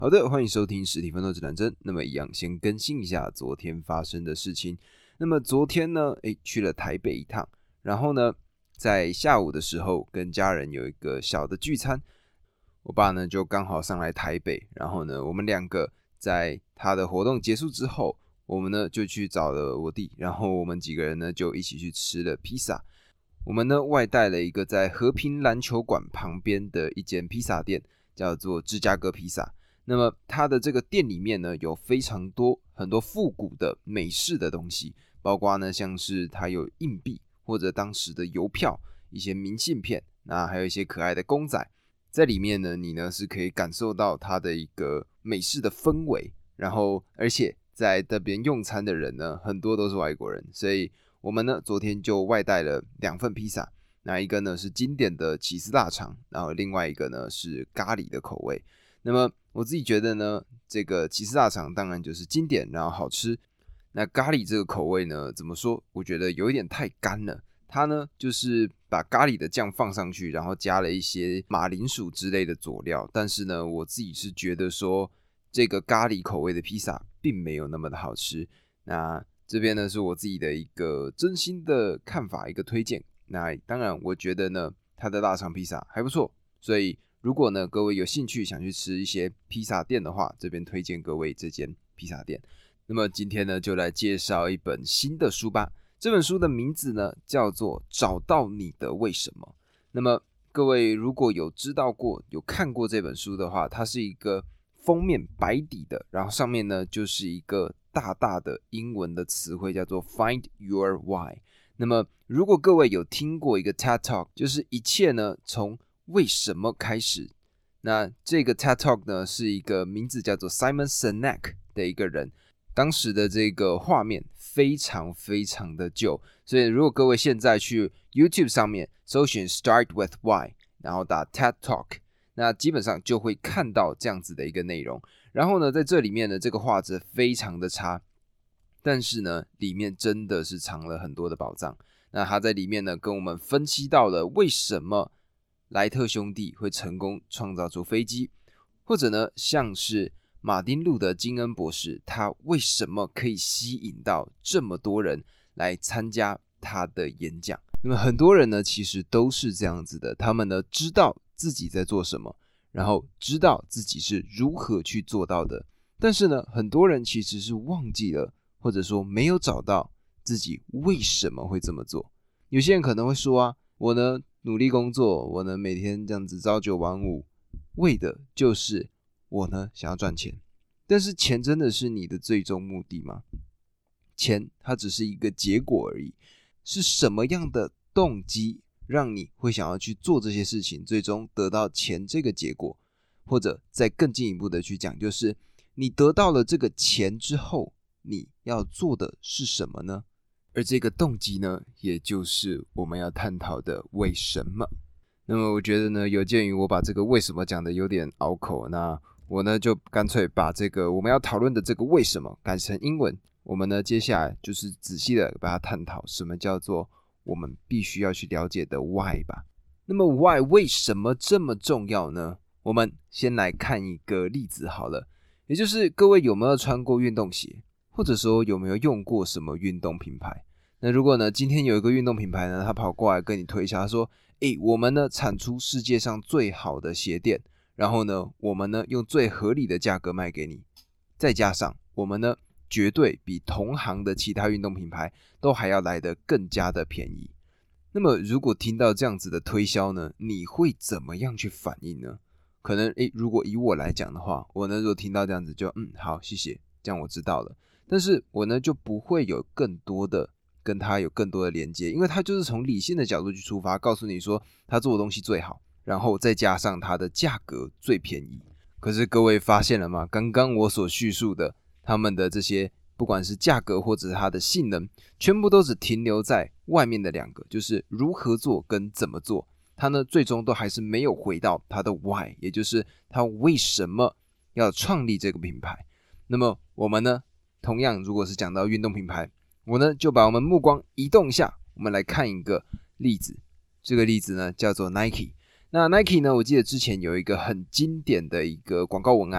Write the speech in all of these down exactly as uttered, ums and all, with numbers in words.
好的，欢迎收听实体奋斗指南针。那么一样先更新一下昨天发生的事情。那么昨天呢，诶，去了台北一趟，然后呢，在下午的时候跟家人有一个小的聚餐。我爸呢就刚好上来台北，然后呢，我们两个在他的活动结束之后，我们呢就去找了我弟，然后我们几个人呢就一起去吃了披萨。我们呢外带了一个在和平篮球馆旁边的一间披萨店，叫做芝加哥披萨。那么它的这个店里面呢，有非常多很多复古的美式的东西，包括呢像是它有硬币或者当时的邮票、一些明信片，那还有一些可爱的公仔，在里面呢，你呢是可以感受到它的一个美式的氛围。然后，而且在这边用餐的人呢，很多都是外国人，所以我们呢昨天就外带了两份披萨，那一个呢是经典的起司大肠，然后另外一个呢是咖喱的口味。那么我自己觉得呢，这个起司大肠当然就是经典，然后好吃。那咖喱这个口味呢，怎么说？我觉得有一点太干了。它呢就是把咖喱的酱放上去，然后加了一些马铃薯之类的佐料。但是呢，我自己是觉得说，这个咖喱口味的披萨并没有那么的好吃。那这边呢是我自己的一个真心的看法，一个推荐。那当然，我觉得呢，它的大肠披萨还不错，所以如果呢各位有兴趣想去吃一些披萨店的话，这边推荐各位这间披萨店。那么今天呢就来介绍一本新的书吧。这本书的名字呢叫做找到你的为什么。那么各位如果有知道过有看过这本书的话，它是一个封面白底的，然后上面呢就是一个大大的英文的词汇叫做 Find Your Why。 那么如果各位有听过一个 TED Talk， 就是一切呢从为什么开始，那这个 TED Talk 呢是一个名字叫做 Simon Sinek 的一个人，当时的这个画面非常非常的旧，所以如果各位现在去 YouTube 上面搜寻 Start with Why， 然后打 TED Talk， 那基本上就会看到这样子的一个内容。然后呢在这里面呢，这个画质非常的差，但是呢里面真的是藏了很多的宝藏。那他在里面呢跟我们分析到了为什么莱特兄弟会成功创造出飞机，或者呢像是马丁路德金恩博士，他为什么可以吸引到这么多人来参加他的演讲。那么很多人呢其实都是这样子的，他们呢知道自己在做什么，然后知道自己是如何去做到的，但是呢很多人其实是忘记了，或者说没有找到自己为什么会这么做。有些人可能会说啊，我呢努力工作，我呢每天这样子朝九晚五，为的就是我呢想要赚钱。但是钱真的是你的最终目的吗？钱它只是一个结果而已。是什么样的动机让你会想要去做这些事情，最终得到钱这个结果？或者再更进一步的去讲，就是你得到了这个钱之后，你要做的是什么呢？而这个动机呢，也就是我们要探讨的为什么。那么我觉得呢，有鉴于我把这个为什么讲的有点拗口，那我呢就干脆把这个我们要讨论的这个为什么改成英文。我们呢接下来就是仔细的把它探讨什么叫做我们必须要去了解的 why 吧。那么 why 为什么这么重要呢？我们先来看一个例子好了，也就是各位有没有穿过运动鞋，或者说有没有用过什么运动品牌？那如果呢今天有一个运动品牌呢，他跑过来跟你推销，他说诶，我们呢产出世界上最好的鞋垫，然后呢我们呢用最合理的价格卖给你，再加上我们呢绝对比同行的其他运动品牌都还要来得更加的便宜。那么如果听到这样子的推销呢，你会怎么样去反应呢？可能诶，如果以我来讲的话，我呢如果听到这样子就嗯好谢谢，这样我知道了。但是我呢就不会有更多的跟他有更多的连接，因为他就是从理性的角度去出发，告诉你说他做的东西最好，然后再加上他的价格最便宜。可是各位发现了吗？刚刚我所叙述的他们的这些不管是价格或者是它的性能，全部都只停留在外面的两个，就是如何做跟怎么做。它呢最终都还是没有回到它的 why， 也就是它为什么要创立这个品牌。那么我们呢同样如果是讲到运动品牌，我呢就把我们目光移动一下，我们来看一个例子。这个例子呢叫做 Nike。那 Nike 呢，我记得之前有一个很经典的一个广告文案，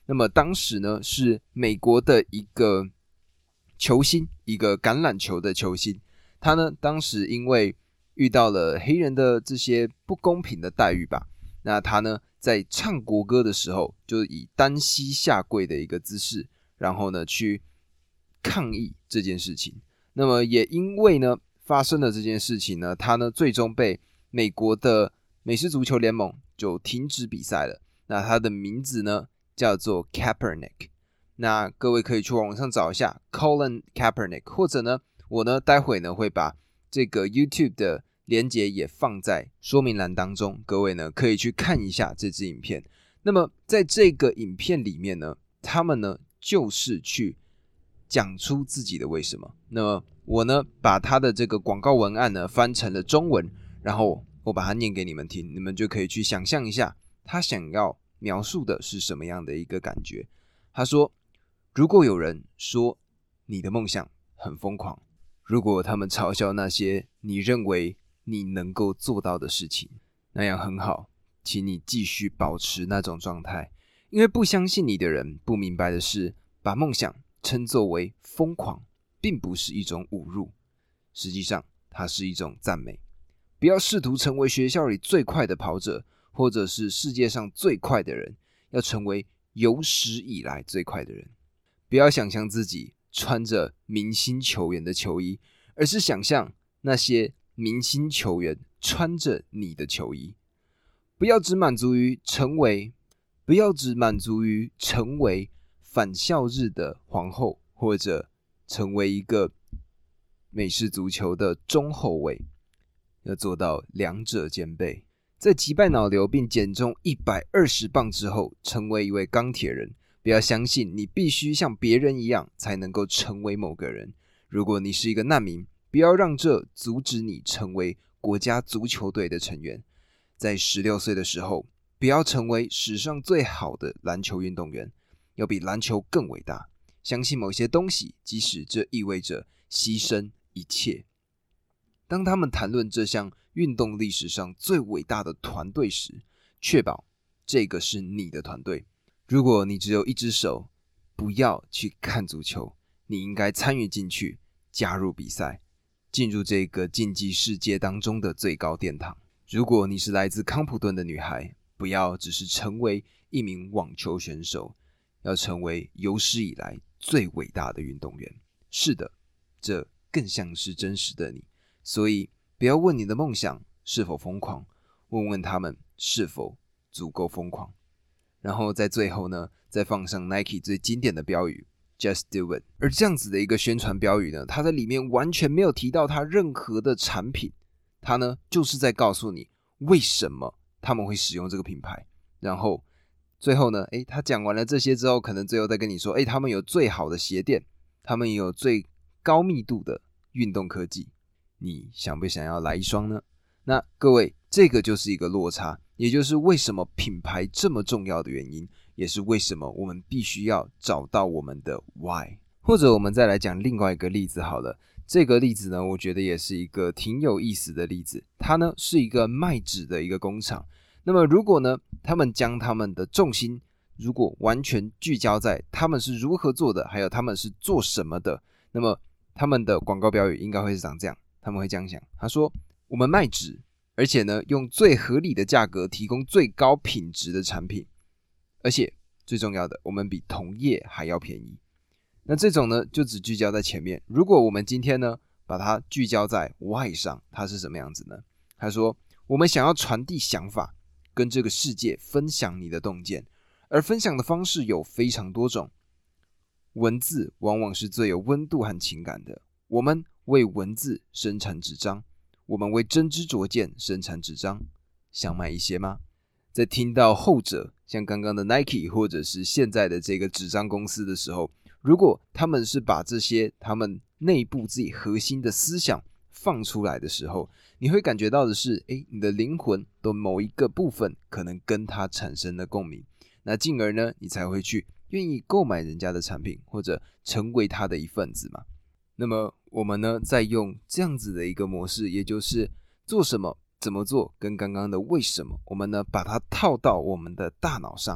那么当时呢是美国的一个球星，一个橄榄球的球星，他呢当时因为遇到了黑人的这些不公平的待遇吧，那他呢在唱国歌的时候就以单膝下跪的一个姿势，然后呢去抗议这件事情。那么也因为呢发生了这件事情呢，他呢最终被美国的美式足球联盟就停止比赛了。那他的名字呢叫做 Kaepernick， 那各位可以去网上找一下 Colin Kaepernick， 或者呢我呢待会呢会把这个 YouTube 的连结也放在说明栏当中，各位呢可以去看一下这支影片。那么在这个影片里面呢，他们呢就是去讲出自己的为什么。那么我呢把他的这个广告文案呢翻成了中文，然后我把它念给你们听，你们就可以去想象一下他想要描述的是什么样的一个感觉。他说，如果有人说你的梦想很疯狂，如果他们嘲笑那些你认为你能够做到的事情，那样很好，请你继续保持那种状态。因为不相信你的人不明白的是，把梦想称作为疯狂并不是一种侮辱，实际上它是一种赞美。不要试图成为学校里最快的跑者，或者是世界上最快的人，要成为有史以来最快的人。不要想象自己穿着明星球员的球衣，而是想象那些明星球员穿着你的球衣。不要只满足于成为，不要只满足于成为返校日的皇后，或者成为一个美式足球的中后卫，要做到两者兼备。在击败脑瘤并减重一百二十磅之后，成为一位钢铁人。不要相信你必须像别人一样才能够成为某个人。如果你是一个难民，不要让这阻止你成为国家足球队的成员。在十六岁的时候，不要成为史上最好的篮球运动员，要比篮球更伟大。相信某些东西，即使这意味着牺牲一切。当他们谈论这项运动历史上最伟大的团队时，确保这个是你的团队。如果你只有一只手，不要去看足球，你应该参与进去，加入比赛，进入这个竞技世界当中的最高殿堂。如果你是来自康普顿的女孩，不要只是成为一名网球选手，要成为有史以来最伟大的运动员。是的，这更像是真实的你。所以不要问你的梦想是否疯狂，问问他们是否足够疯狂。然后在最后呢，再放上 Nike 最经典的标语 Just do it。 而这样子的一个宣传标语呢，它在里面完全没有提到它任何的产品，它呢就是在告诉你为什么他们会使用这个品牌。然后最后呢，诶，他讲完了这些之后，可能最后再跟你说，诶，他们有最好的鞋垫，他们也有最高密度的运动科技，你想不想要来一双呢？那各位，这个就是一个落差，也就是为什么品牌这么重要的原因，也是为什么我们必须要找到我们的 why。 或者我们再来讲另外一个例子好了，这个例子呢，我觉得也是一个挺有意思的例子。它呢是一个卖纸的一个工厂。那么如果呢他们将他们的重心如果完全聚焦在他们是如何做的，还有他们是做什么的，那么他们的广告标语应该会是长这样。他们会这样想，他说，我们卖纸，而且呢用最合理的价格提供最高品质的产品，而且最重要的，我们比同业还要便宜。那这种呢就只聚焦在前面。如果我们今天呢把它聚焦在 why 上，它是什么样子呢？他说，我们想要传递想法，跟这个世界分享你的洞见，而分享的方式有非常多种。文字往往是最有温度和情感的，我们为文字生产纸张，我们为针织着件生产纸张，想买一些吗？在听到后者，像刚刚的 Nike 或者是现在的这个纸张公司的时候，如果他们是把这些他们内部自己核心的思想放出来的时候，你会感觉到的是，诶，你的灵魂的某一个部分可能跟它产生了共鸣，那进而呢，你才会去愿意购买人家的产品，或者成为他的一份子嘛。那么我们呢，再用这样子的一个模式，也就是做什么、怎么做，跟刚刚的为什么，我们呢把它套到我们的大脑上，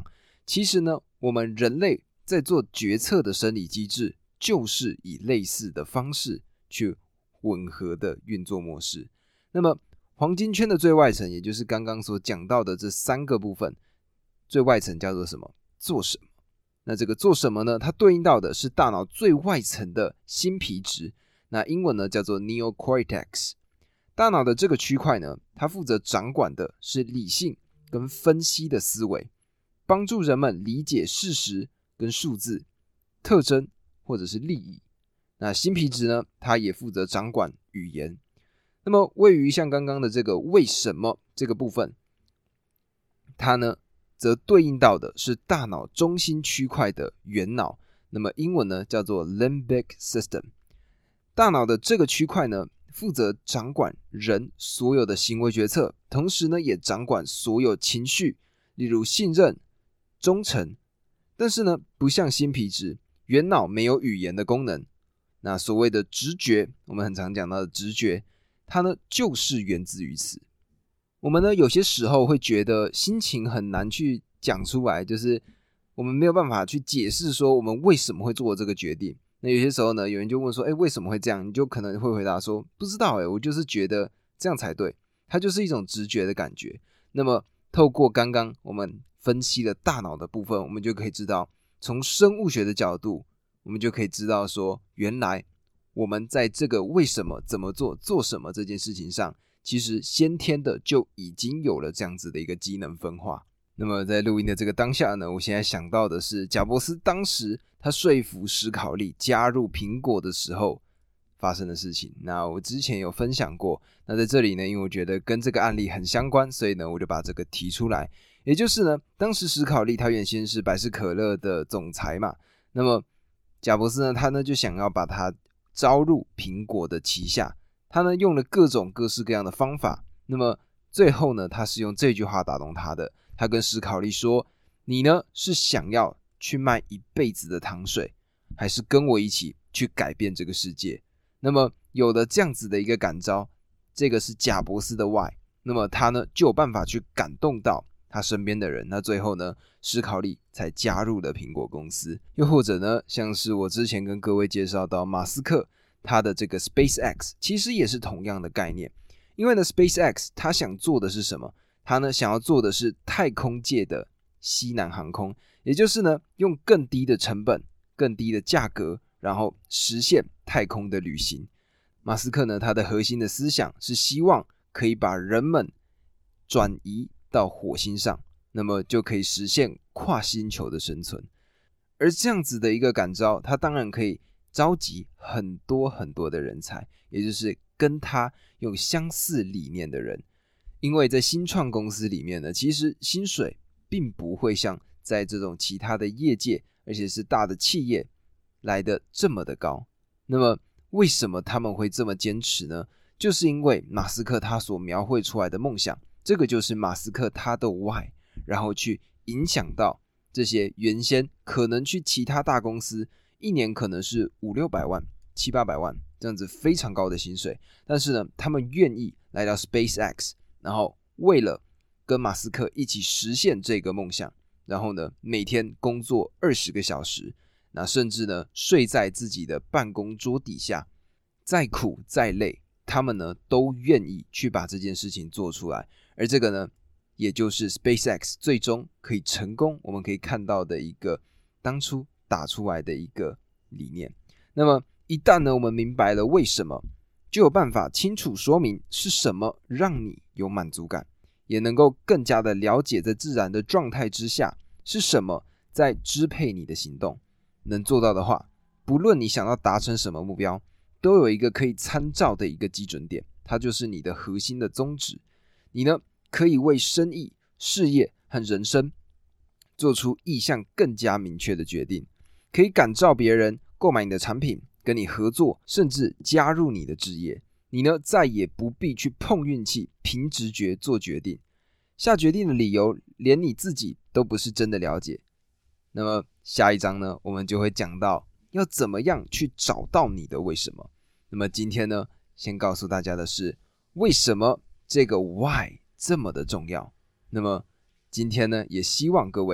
其实呢，我们人类在做决策的生理机制，就是以类似的方式去吻合的运作模式。那么黄金圈的最外层，也就是刚刚所讲到的这三个部分，最外层叫做什么？做什么？那这个做什么呢？它对应到的是大脑最外层的新皮质，那英文呢叫做 neocortex。大脑的这个区块呢，它负责掌管的是理性跟分析的思维，帮助人们理解事实跟数字、特征或者是利益。那新皮质呢，它也负责掌管语言。那么位于像刚刚的这个为什么这个部分，它呢则对应到的是大脑中心区块的原脑，那么英文呢叫做 limbic system。 大脑的这个区块呢，负责掌管人所有的行为决策，同时呢也掌管所有情绪，例如信任、忠诚。但是呢，不像新皮质，原脑没有语言的功能。那所谓的直觉，我们很常讲到的直觉，它呢就是源自于此。我们呢有些时候会觉得心情很难去讲出来，就是我们没有办法去解释说我们为什么会做这个决定。那有些时候呢，有人就问说，哎，为什么会这样？你就可能会回答说，不知道哎，我就是觉得这样才对。它就是一种直觉的感觉。那么透过刚刚我们分析了大脑的部分，我们就可以知道，从生物学的角度，我们就可以知道说，原来我们在这个为什么、怎么做、做什么这件事情上，其实先天的就已经有了这样子的一个机能分化。那么在录音的这个当下呢，我现在想到的是贾伯斯当时他说服史考利加入苹果的时候发生的事情。那我之前有分享过，那在这里呢，因为我觉得跟这个案例很相关，所以呢我就把这个提出来。也就是呢，当时史考利他原先是百事可乐的总裁嘛，那么贾伯斯呢，他呢就想要把他招入苹果的旗下，他呢用了各种各式各样的方法。那么最后呢，他是用这句话打动他的，他跟史考利说，你呢是想要去卖一辈子的糖水，还是跟我一起去改变这个世界？那么有了这样子的一个感召，这个是贾伯斯的 why， 那么他呢就有办法去感动到他身边的人。那最后呢，史考利才加入了苹果公司。又或者呢，像是我之前跟各位介绍到马斯克他的这个 SpaceX， 其实也是同样的概念。因为呢 SpaceX 他想做的是什么？他呢想要做的是太空界的西南航空，也就是呢用更低的成本、更低的价格，然后实现太空的旅行。马斯克呢，他的核心的思想是希望可以把人们转移到火星上，那么就可以实现跨星球的生存。而这样子的一个感召，他当然可以召集很多很多的人才，也就是跟他有相似理念的人。因为在新创公司里面呢，其实薪水并不会像在这种其他的业界，而且是大的企业来的这么的高。那么为什么他们会这么坚持呢？就是因为马斯克他所描绘出来的梦想，这个就是马斯克他的 why， 然后去影响到这些原先可能去其他大公司一年可能是五六百万、七八百万这样子非常高的薪水，但是呢，他们愿意来到 SpaceX， 然后为了跟马斯克一起实现这个梦想，然后呢，每天工作二十个小时，那甚至呢，睡在自己的办公桌底下，再苦再累，他们呢都愿意去把这件事情做出来。而这个呢，也就是 SpaceX 最终可以成功，我们可以看到的一个当初打出来的一个理念。那么一旦呢，我们明白了为什么，就有办法清楚说明是什么让你有满足感，也能够更加的了解在自然的状态之下是什么在支配你的行动。能做到的话，不论你想要达成什么目标，都有一个可以参照的一个基准点，它就是你的核心的宗旨。你呢，可以为生意、事业和人生做出意向更加明确的决定，可以感召别人购买你的产品，跟你合作，甚至加入你的事业。你呢，再也不必去碰运气，凭直觉做决定。下决定的理由，连你自己都不是真的了解。那么下一章呢，我们就会讲到要怎么样去找到你的为什么。那么今天呢，先告诉大家的是为什么这个 why 这么的重要。那么今天呢，也希望各位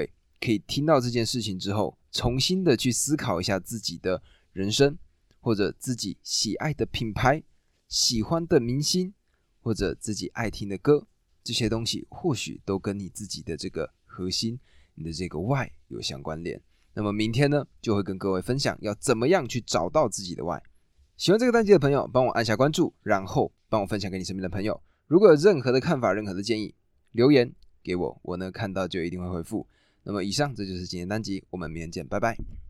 可以听到这件事情之后，重新的去思考一下自己的人生，或者自己喜爱的品牌、喜欢的明星，或者自己爱听的歌，这些东西或许都跟你自己的这个核心，你的这个 why 有相关联。那么明天呢，就会跟各位分享要怎么样去找到自己的 why。喜欢这个单集的朋友，帮我按下关注，然后帮我分享给你身边的朋友。如果有任何的看法、任何的建议，留言给我，我呢看到就一定会回复。那么以上这就是今天单集，我们明天见，拜拜。